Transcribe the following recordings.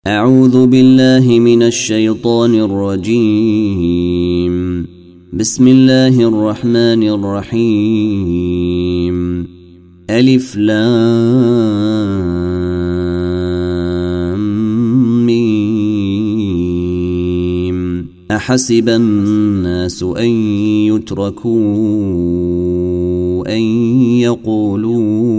أعوذ بالله من الشيطان الرجيم. بسم الله الرحمن الرحيم. ألف لام ميم. أحسب الناس أن يتركوا أن يقولوا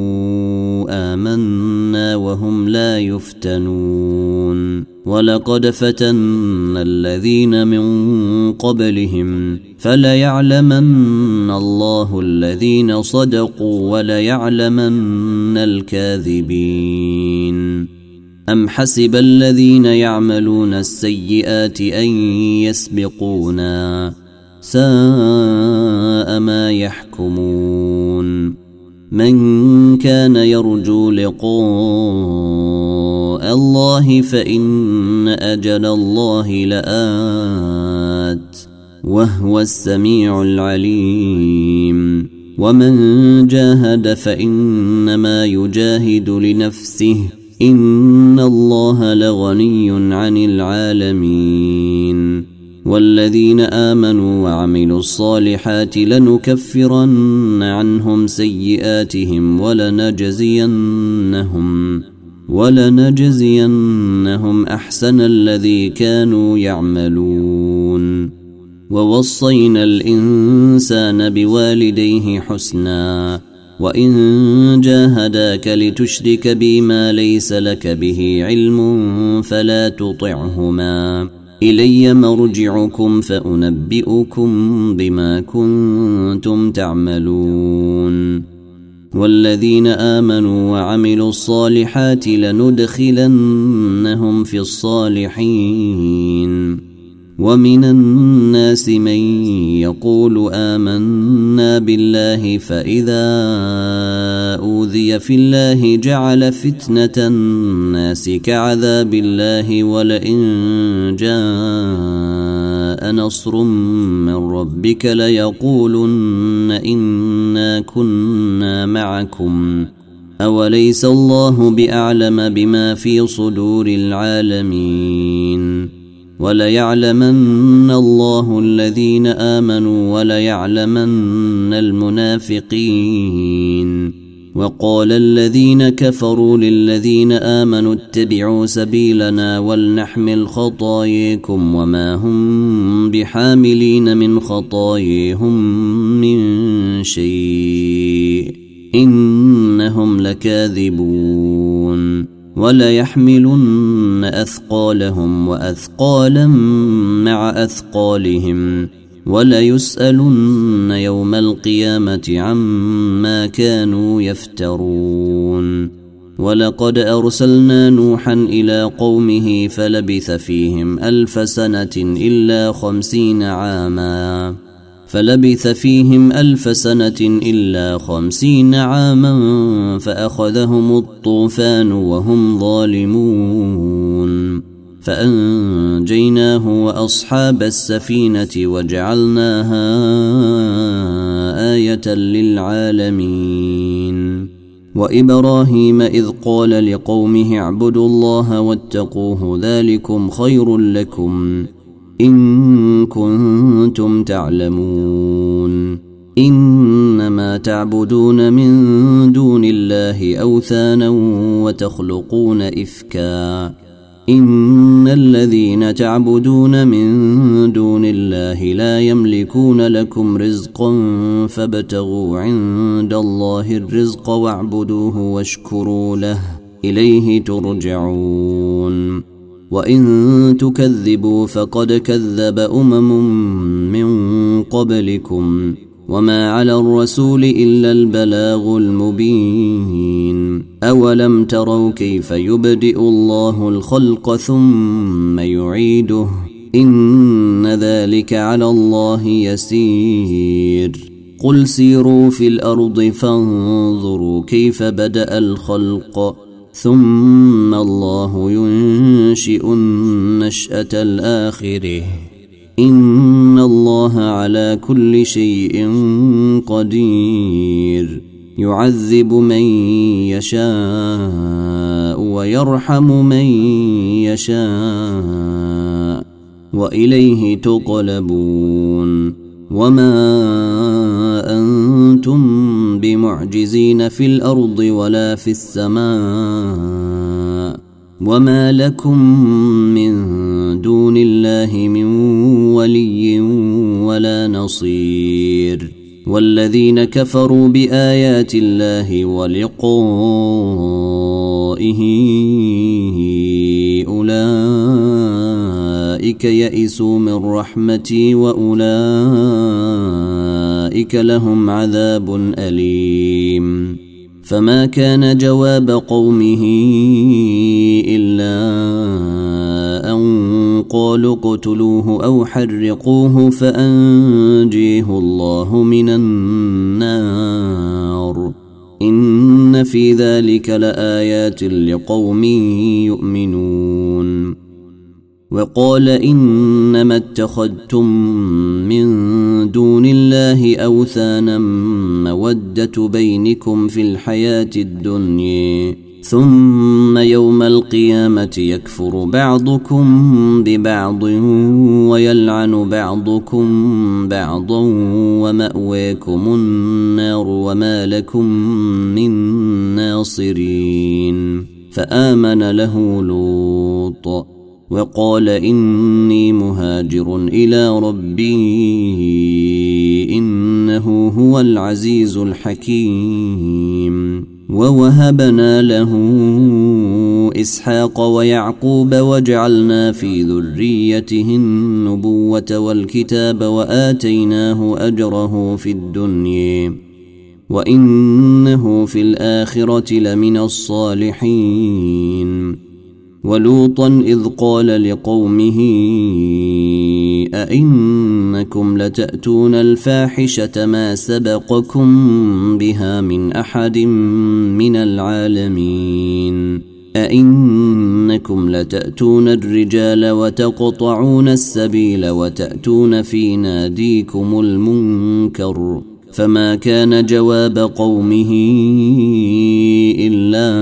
آمنا وهم لا يفتنون. ولقد فتنا الذين من قبلهم فليعلمن الله الذين صدقوا وليعلمن الكاذبين. أم حسب الذين يعملون السيئات أن يسبقونا ساء ما يحكمون. من كان يرجو لقاء الله فإن أجل الله لآت وهو السميع العليم. ومن جاهد فإنما يجاهد لنفسه إن الله لغني عن العالمين. والذين آمنوا وعملوا الصالحات لنكفرن عنهم سيئاتهم ولنجزينهم أحسن الذي كانوا يعملون. ووصينا الإنسان بوالديه حسنا وإن جاهداك لتشرك بي ما ليس لك به علم فلا تطعهما إلي مرجعكم فأنبئكم بما كنتم تعملون. والذين آمنوا وعملوا الصالحات لندخلنهم في الصالحين. ومن الناس من يقول آمنا بالله فإذا أوذي في الله جعل فتنة الناس كعذاب الله ولئن جاء نصر من ربك ليقولن إنا كنا معكم أوليس الله بأعلم بما في صدور العالمين. وليعلمن الله الذين آمنوا وليعلمن المنافقين. وقال الذين كفروا للذين آمنوا اتبعوا سبيلنا ولنحمل خطاياكم وما هم بحاملين من خطاياهم من شيء إنهم لكاذبون. وليحملن أثقالهم وأثقالا مع أثقالهم وليسألن يوم القيامة عما كانوا يفترون. ولقد أرسلنا نوحا إلى قومه فلبث فيهم 1000 سنة إلا 50 عاما فأخذهم الطوفان وهم ظالمون فأنجيناه وأصحاب السفينة وجعلناها آية للعالمين. وإبراهيم إذ قال لقومه اعبدوا الله واتقوه ذلكم خير لكم إن كنتم تعلمون. إنما تعبدون من دون الله أوثانا وتخلقون إفكا إن الذين تعبدون من دون الله لا يملكون لكم رزقا فابتغوا عند الله الرزق واعبدوه واشكروا له إليه ترجعون. وإن تكذبوا فقد كذب من قبلكم وما على الرسول إلا البلاغ المبين. أولم تروا كيف يبدئ الله الخلق ثم يعيده إن ذلك على الله يسير. قل سيروا في الأرض فانظروا كيف بدأ الخلق ثم الله ينشئ النشأة الآخرة إن الله على كل شيء قدير. يعذب من يشاء ويرحم من يشاء وإليه تقلبون وما أنتم بمعجزين في الأرض ولا في السماء وما لكم من دون الله من ولي ولا نصير والذين كفروا بآيات الله ولقائه أولئك يئسوا من رحمتي وأولئك لهم عذاب أليم فما كان جواب قومه إلا أن قالوا اقتلوه أو حرقوه فأنجيه الله من النار إن في ذلك لآيات لقوم يؤمنون وقال إنما اتخذتم من دون الله أوثانا مودة بينكم في الحياة الدنيا ثم يوم القيامة يكفر بعضكم ببعض ويلعن بعضكم بعضا ومأواكم النار وما لكم من ناصرين فآمن له لوط وقال إني مهاجر إلى ربي إنه هو العزيز الحكيم ووهبنا له إسحاق ويعقوب وجعلنا في ذريته النبوة والكتاب وآتيناه أجره في الدنيا وإنه في الآخرة لمن الصالحين ولوطا إذ قال لقومه أئنكم لتأتون الفاحشة ما سبقكم بها من أحد من العالمين أئنكم لتأتون الرجال وتقطعون السبيل وتأتون في ناديكم المنكر فما كان جواب قومه إلا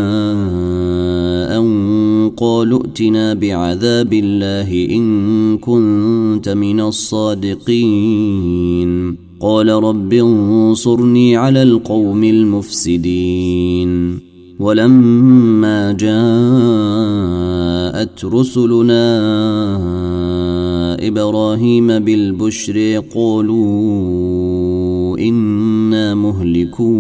أن قالوا ائتنا بعذاب الله إن كنت من الصادقين قال رب انصرني على القوم المفسدين ولما جاءت رسلنا إبراهيم بالبشر قالوا إنا مهلكو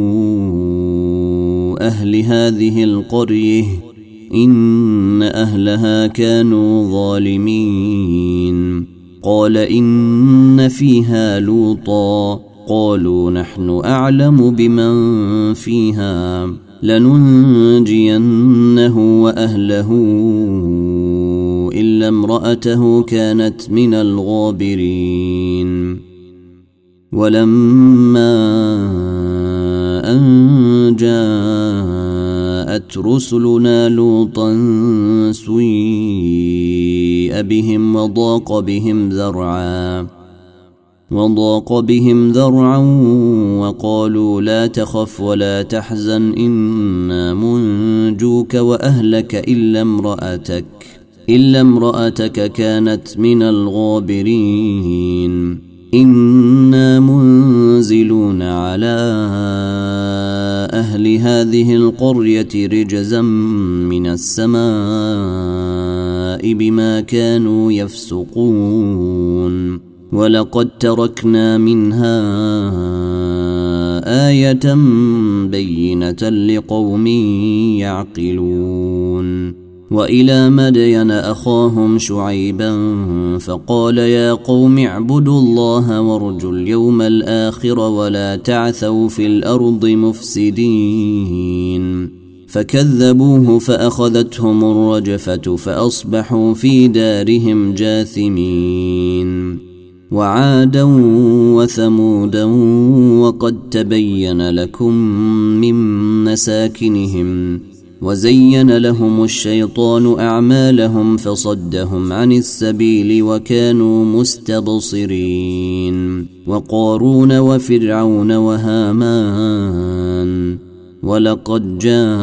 أهل هذه القرية إن أهلها كانوا ظالمين قال إن فيها لوطا قالوا نحن أعلم بمن فيها لننجينه وأهله إلا امرأته كانت من الغابرين ولما أن جاءت رسلنا لوطا سيء بهم وضاق بهم ذرعا وقالوا لا تخف ولا تحزن إنا منجوك وأهلك إلا امرأتك كانت من الغابرين إنا منزلون على أهل هذه القرية رجزا من السماء بما كانوا يفسقون ولقد تركنا منها آية بينة لقوم يعقلون وإلى مدين أخاهم شعيبا فقال يا قوم اعبدوا الله وارجوا اليوم الآخر ولا تعثوا في الأرض مفسدين فكذبوه فأخذتهم الرجفة فأصبحوا في دارهم جاثمين وعادا وثمودا وقد تبين لكم من مساكنهم وزين لهم الشيطان أعمالهم فصدهم عن السبيل وكانوا مستبصرين. وقارون وفرعون وهامان ولقد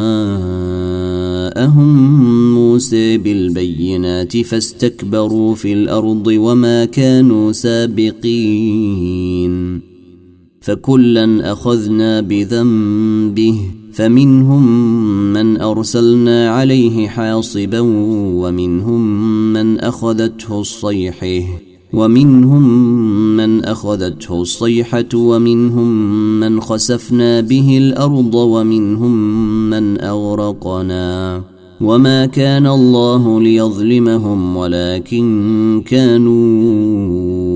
جاءهم موسى بالبينات فاستكبروا في الأرض وما كانوا سابقين. فكلا أخذنا بذنبه فمنهم من أرسلنا عليه حاصبا ومنهم من أخذته الصيحة ومنهم من خسفنا به الأرض ومنهم من أغرقنا. وما كان الله ليظلمهم ولكن كانوا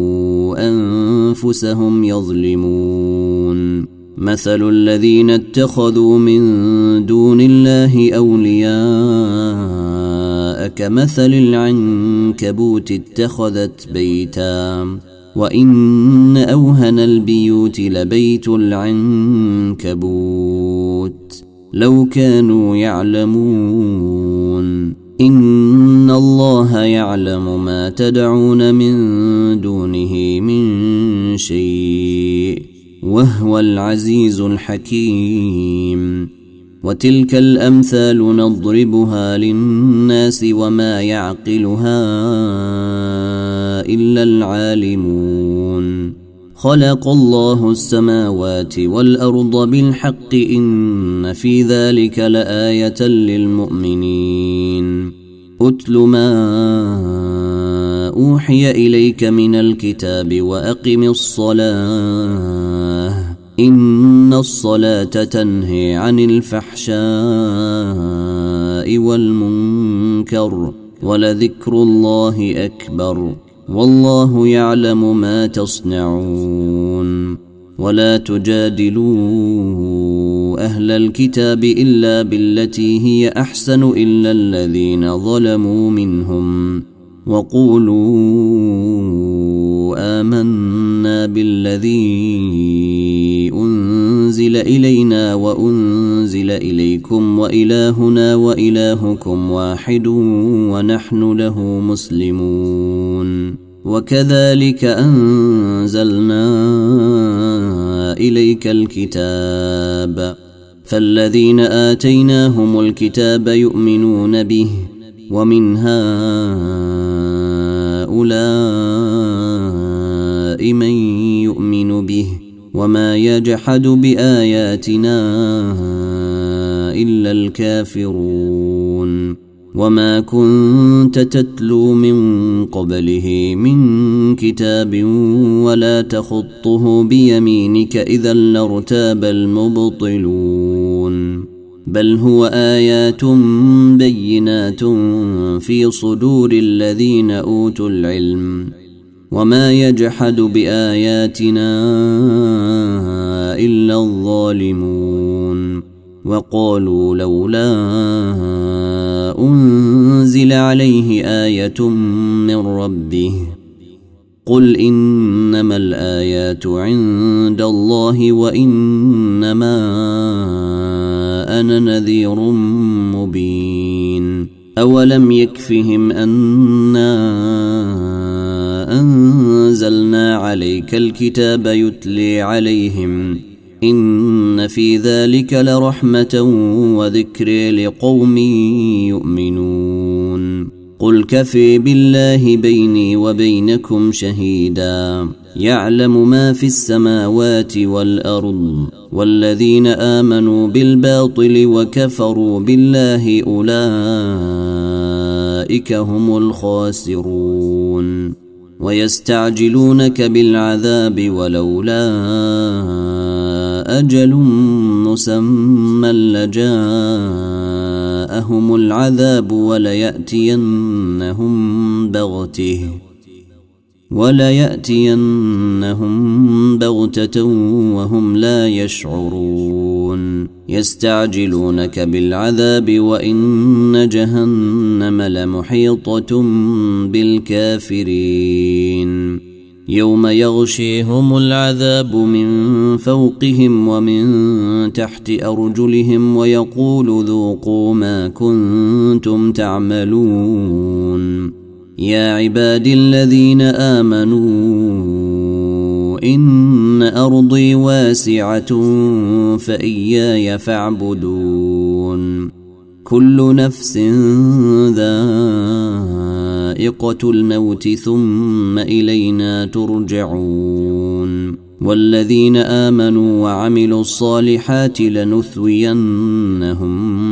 أنفسهم يظلمون. مثل الذين اتخذوا من دون الله أولياء كمثل العنكبوت اتخذت بيتا وإن أوهن البيوت لبيت العنكبوت لو كانوا يعلمون. إن الله يعلم ما تدعون من دونه من شيء وهو العزيز الحكيم. وتلك الأمثال نضربها للناس وما يعقلها إلا العالمون. خلق الله السماوات والأرض بالحق إن في ذلك لآية للمؤمنين. أتل ما أوحي إليك من الكتاب وأقم الصلاة إن الصلاة تنهي عن الفحشاء والمنكر ولذكر الله أكبر والله يعلم ما تصنعون. ولا تجادلوا أهل الكتاب إلا بالتي هي أحسن إلا الذين ظلموا منهم وقولوا آمنا بالذي أنزل إلينا وأنزل إليكم وإلهنا وإلهكم واحد ونحن له مسلمون. وكذلك أنزلنا إليك الكتاب فالذين آتيناهم الكتاب يؤمنون به ومن هؤلاء من يؤمن به وما يجحد بآياتنا إلا الكافرون. وما كنت تتلو من قبله من كتاب ولا تخطه بيمينك إذا لارتاب المبطلون. بل هو آيات بينات في صدور الذين أوتوا العلم وما يجحد بآياتنا إلا الظالمون. وقالوا لولا أنزل عليه آية من ربه قل إنما الآيات عند الله وإنما أنا نذير مبين. أولم يكفهم أنا أنزلنا عليك الكتاب يتلي عليهم إن في ذلك لرحمة وذكر لقوم يؤمنون. قل كفي بالله بيني وبينكم شهيدا يعلم ما في السماوات والأرض والذين آمنوا بالباطل وكفروا بالله أولئك هم الخاسرون. ويستعجلونك بالعذاب ولولا أجل مسمى لجاءهم العذاب وليأتينهم بغتة وهم لا يشعرون. يستعجلونك بالعذاب وإن جهنم لمحيطة بالكافرين. يوم يغشيهم العذاب من فوقهم ومن تحت أرجلهم ويقول ذوقوا ما كنتم تعملون يا عبادي الذين آمنوا إن أرضي واسعة فإياي فاعبدون كل نفس ذائقة الموت ثم إلينا ترجعون والذين آمنوا وعملوا الصالحات لنثوينهم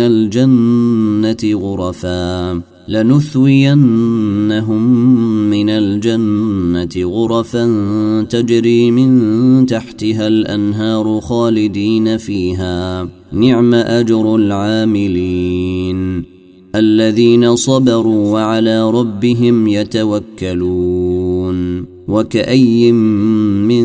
من الجنة غرفا تجري من تحتها الأنهار خالدين فيها نعم أجر العاملين الذين صبروا وعلى ربهم يتوكلون وكأي من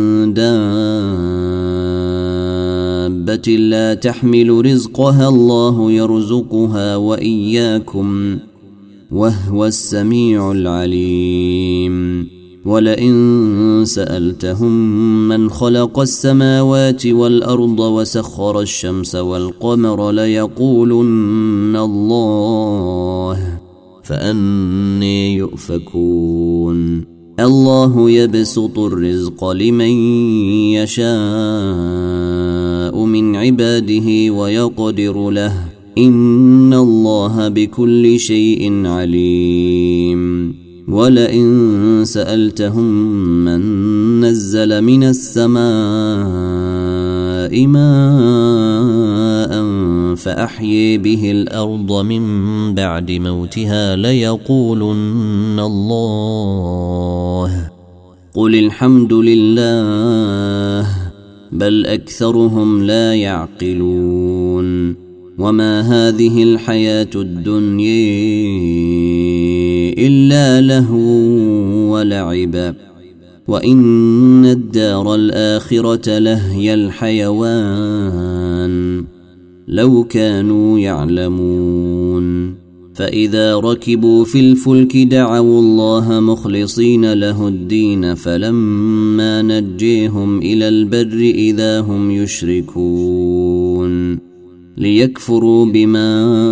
دابة لا تحمل رزقها الله يرزقها وإياكم وهو السميع العليم ولئن سألتهم من خلق السماوات والأرض وسخر الشمس والقمر ليقولن الله فأني يؤفكون الله يبسط الرزق لمن يشاء من عباده ويقدر له إن الله بكل شيء عليم ولئن سألتهم من نزل من السماء ماء فأحيي به الأرض من بعد موتها ليقولن الله قل الحمد لله بل أكثرهم لا يعقلون وما هذه الحياة الدنيا إلا لهو ولعب وإن الدار الآخرة لهي الحيوان لو كانوا يعلمون فإذا ركبوا في الفلك دعوا الله مخلصين له الدين فلما نجيهم إلى البر إذا هم يشركون ليكفروا بما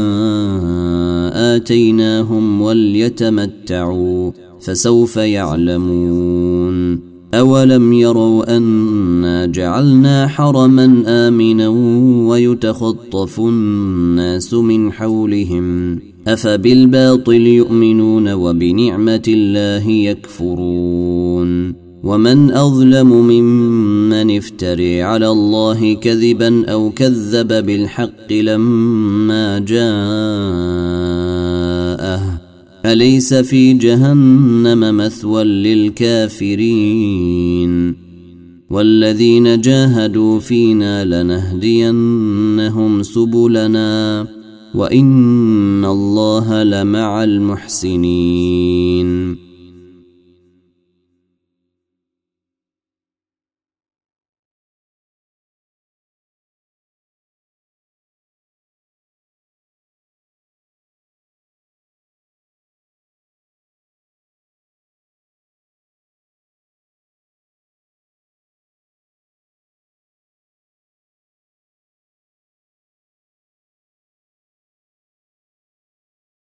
آتيناهم وليتمتعوا فسوف يعلمون أولم يروا أنا جعلنا حرما آمنا ويتخطف الناس من حولهم أفبالباطل يؤمنون وبنعمة الله يكفرون ومن أظلم ممن افتري على الله كذبا أو كذب بالحق لما جاءه أليس في جهنم مثوى للكافرين والذين جاهدوا فينا لنهدينهم سبلنا وإن الله لمع المحسنين